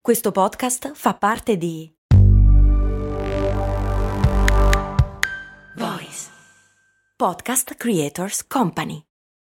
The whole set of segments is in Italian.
Questo podcast fa parte di Voice Podcast Creators Company.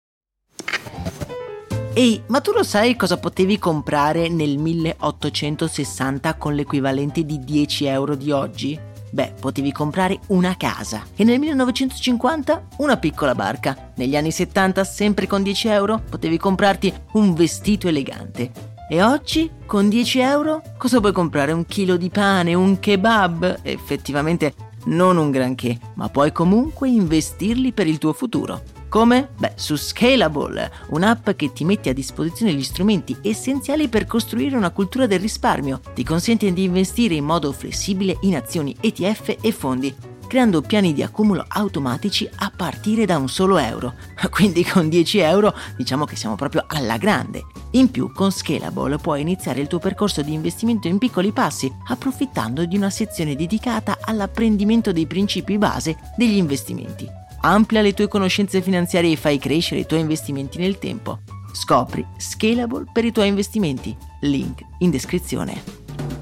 Ehi, ma tu lo sai cosa potevi comprare nel 1860 con l'equivalente di 10 euro di oggi? Beh, potevi comprare una casa. E nel 1950 una piccola barca. Negli anni 70, sempre con 10 euro, potevi comprarti un vestito elegante. E oggi, con 10 euro, cosa puoi comprare? Un chilo di pane, un kebab? Effettivamente non un granché, ma puoi comunque investirli per il tuo futuro. Come? Beh, su Scalable, un'app che ti mette a disposizione gli strumenti essenziali per costruire una cultura del risparmio. Ti consente di investire in modo flessibile in azioni, ETF e fondi, creando piani di accumulo automatici a partire da un solo euro. Quindi con 10 euro diciamo che siamo proprio alla grande. In più, con Scalable puoi iniziare il tuo percorso di investimento in piccoli passi, approfittando di una sezione dedicata all'apprendimento dei principi base degli investimenti. Amplia le tue conoscenze finanziarie e fai crescere i tuoi investimenti nel tempo. Scopri Scalable per i tuoi investimenti. Link in descrizione.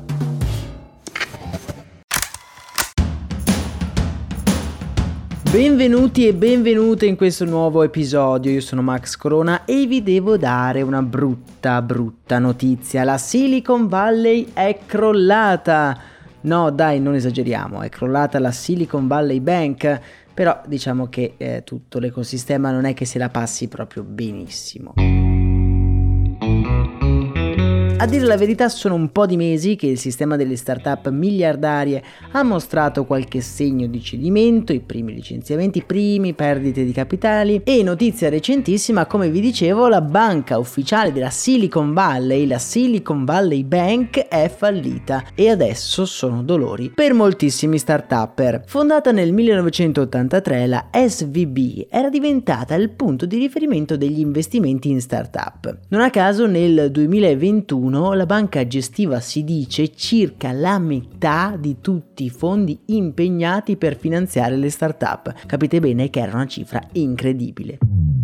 Benvenuti e benvenute in questo nuovo episodio. Io sono Max Corona e vi devo dare una brutta notizia. La Silicon Valley è crollata. No, dai, non esageriamo, è crollata la Silicon Valley Bank. Però diciamo che tutto l'ecosistema non è che se la passi proprio benissimo. A dire la verità sono un po' di mesi che il sistema delle startup miliardarie ha mostrato qualche segno di cedimento, i primi licenziamenti, primi perdite di capitali e notizia recentissima, come vi dicevo, la banca ufficiale della Silicon Valley, la Silicon Valley Bank, è fallita e adesso sono dolori per moltissimi startupper. Fondata nel 1983, la SVB era diventata il punto di riferimento degli investimenti in startup. Non a caso nel 2021 la banca gestiva, si dice, circa la metà di tutti i fondi impegnati per finanziare le startup. Capite bene che era una cifra incredibile.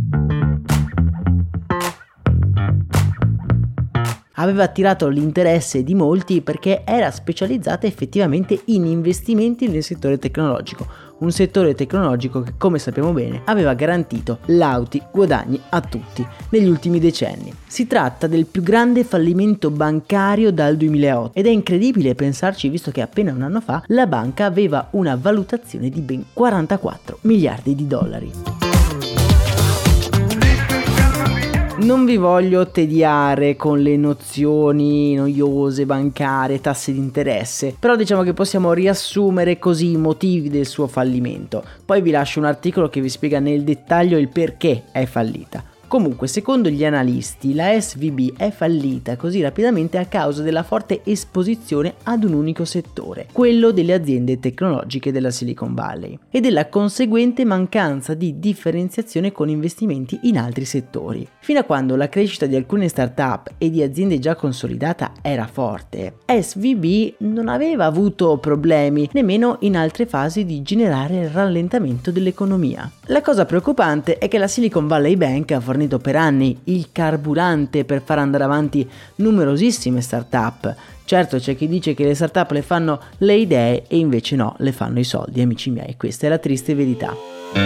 Aveva attirato l'interesse di molti perché era specializzata effettivamente in investimenti nel settore tecnologico, un settore tecnologico che, come sappiamo bene, aveva garantito lauti guadagni a tutti negli ultimi decenni. Si tratta del più grande fallimento bancario dal 2008 ed è incredibile pensarci, visto che appena un anno fa la banca aveva una valutazione di ben 44 miliardi di dollari. Non vi voglio tediare con le nozioni noiose bancarie, tasse di interesse, però diciamo che possiamo riassumere così i motivi del suo fallimento. Poi vi lascio un articolo che vi spiega nel dettaglio il perché è fallita. Comunque, secondo gli analisti, la SVB è fallita così rapidamente a causa della forte esposizione ad un unico settore, quello delle aziende tecnologiche della Silicon Valley, e della conseguente mancanza di differenziazione con investimenti in altri settori. Fino a quando la crescita di alcune start-up e di aziende già consolidata era forte, SVB non aveva avuto problemi nemmeno in altre fasi di generare il rallentamento dell'economia. La cosa preoccupante è che la Silicon Valley Bank ha fornito per anni il carburante per far andare avanti numerosissime startup. Certo, c'è chi dice che le startup le fanno le idee e invece no, le fanno i soldi, amici miei, questa è la triste verità.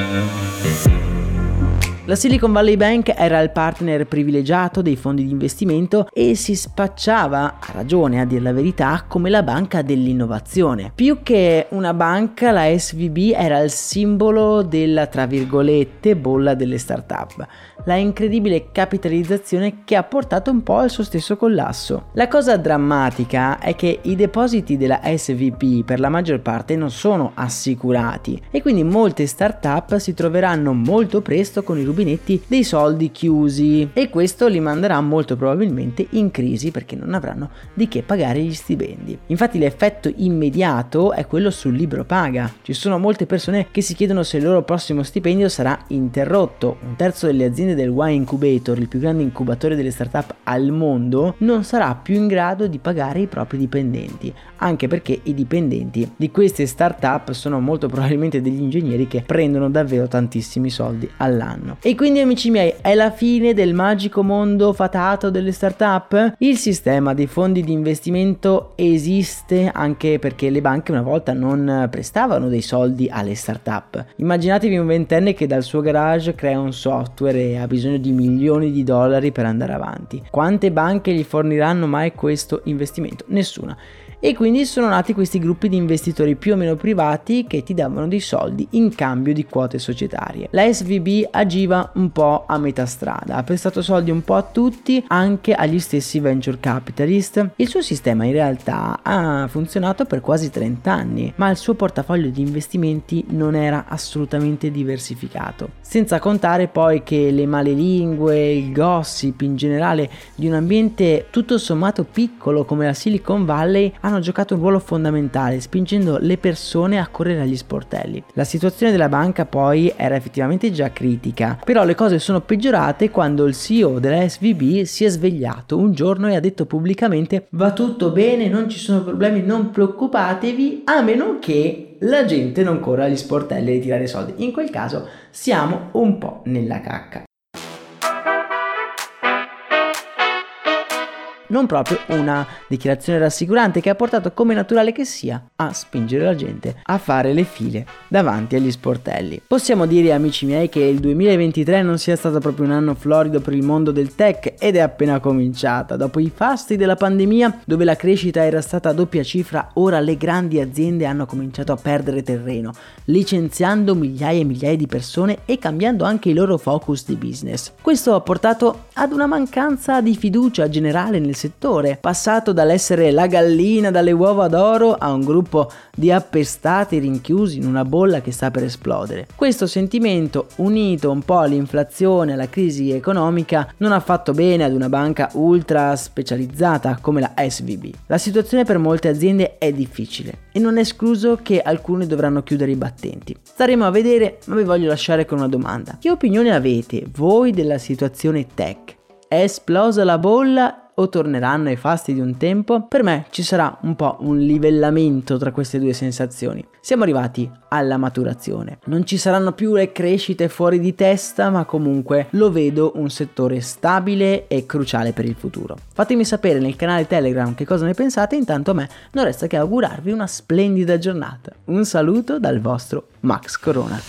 La Silicon Valley Bank era il partner privilegiato dei fondi di investimento e si spacciava, a ragione a dir la verità, come la banca dell'innovazione. Più che una banca, la SVB era il simbolo della, tra virgolette, bolla delle startup. La incredibile capitalizzazione che ha portato un po' al suo stesso collasso. La cosa drammatica è che i depositi della SVB per la maggior parte non sono assicurati e quindi molte startup si troveranno molto presto con i rubinetti dei soldi chiusi e questo li manderà molto probabilmente in crisi perché non avranno di che pagare gli stipendi. Infatti l'effetto immediato è quello sul libro paga. Ci sono molte persone che si chiedono se il loro prossimo stipendio sarà interrotto. Un terzo delle aziende del Y Incubator, il più grande incubatore delle startup al mondo, non sarà più in grado di pagare i propri dipendenti, anche perché i dipendenti di queste startup sono molto probabilmente degli ingegneri che prendono davvero tantissimi soldi all'anno E quindi, amici miei, è la fine del magico mondo fatato delle startup? Il sistema dei fondi di investimento esiste anche perché le banche una volta non prestavano dei soldi alle startup. Immaginatevi un ventenne che dal suo garage crea un software e ha bisogno di milioni di dollari per andare avanti. Quante banche gli forniranno mai questo investimento? Nessuna. E quindi sono nati questi gruppi di investitori più o meno privati che ti davano dei soldi in cambio di quote societarie. La SVB agiva un po' a metà strada, ha prestato soldi un po' a tutti, anche agli stessi venture capitalist. Il suo sistema in realtà ha funzionato per quasi 30 anni, ma il suo portafoglio di investimenti non era assolutamente diversificato. Senza contare poi che le malelingue, il gossip in generale di un ambiente tutto sommato piccolo come la Silicon Valley hanno giocato un ruolo fondamentale, spingendo le persone a correre agli sportelli. La situazione della banca poi era effettivamente già critica, però le cose sono peggiorate quando il CEO della SVB si è svegliato un giorno e ha detto pubblicamente: va tutto bene, non ci sono problemi, non preoccupatevi, a meno che la gente non corra agli sportelli a ritirare soldi. In quel caso siamo un po' nella cacca. Non proprio una dichiarazione rassicurante che ha portato, come naturale che sia, a spingere la gente a fare le file davanti agli sportelli. Possiamo dire, amici miei, che il 2023 non sia stato proprio un anno florido per il mondo del tech, ed è appena cominciata. Dopo i fasti della pandemia, dove la crescita era stata a doppia cifra, ora le grandi aziende hanno cominciato a perdere terreno, licenziando migliaia e migliaia di persone e cambiando anche i loro focus di business. Questo ha portato ad una mancanza di fiducia generale nel settore, passato dall'essere la gallina dalle uova d'oro a un gruppo di appestati rinchiusi in una bolla che sta per esplodere. Questo sentimento, unito un po' all'inflazione e alla crisi economica, non ha fatto bene ad una banca ultra specializzata come la SVB. La situazione per molte aziende è difficile e non è escluso che alcune dovranno chiudere i battenti. Staremo a vedere, ma vi voglio lasciare con una domanda. Che opinione avete voi della situazione tech? È esplosa la bolla o torneranno ai fasti di un tempo? Per me ci sarà un po' un livellamento tra queste due sensazioni. Siamo arrivati alla maturazione. Non ci saranno più le crescite fuori di testa, ma comunque lo vedo un settore stabile e cruciale per il futuro. Fatemi sapere nel canale Telegram che cosa ne pensate, intanto a me non resta che augurarvi una splendida giornata. Un saluto dal vostro Max Corona.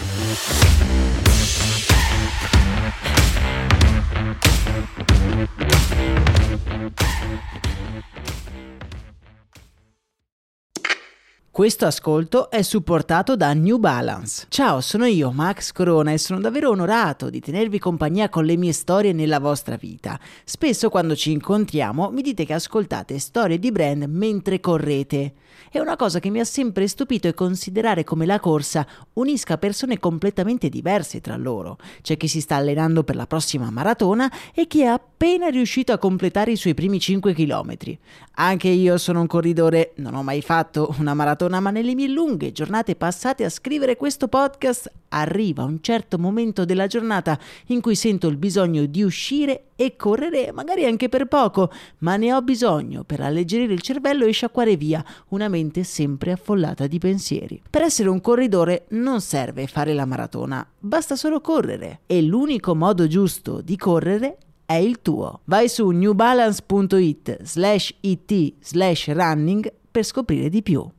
Questo ascolto è supportato da New Balance. Ciao, sono io, Max Corona, e sono davvero onorato di tenervi compagnia con le mie storie nella vostra vita. Spesso quando ci incontriamo mi dite che ascoltate storie di brand mentre correte. E una cosa che mi ha sempre stupito è considerare come la corsa unisca persone completamente diverse tra loro. C'è chi si sta allenando per la prossima maratona e chi è appena riuscito a completare i suoi primi 5 chilometri. Anche io sono un corridore, non ho mai fatto una maratona, ma nelle mie lunghe giornate passate a scrivere questo podcast arriva un certo momento della giornata in cui sento il bisogno di uscire e correre, magari anche per poco, ma ne ho bisogno per alleggerire il cervello e sciacquare via una mente sempre affollata di pensieri. Per essere un corridore non serve fare la maratona, basta solo correre, e l'unico modo giusto di correre è il tuo. Vai su newbalance.it/it/running per scoprire di più.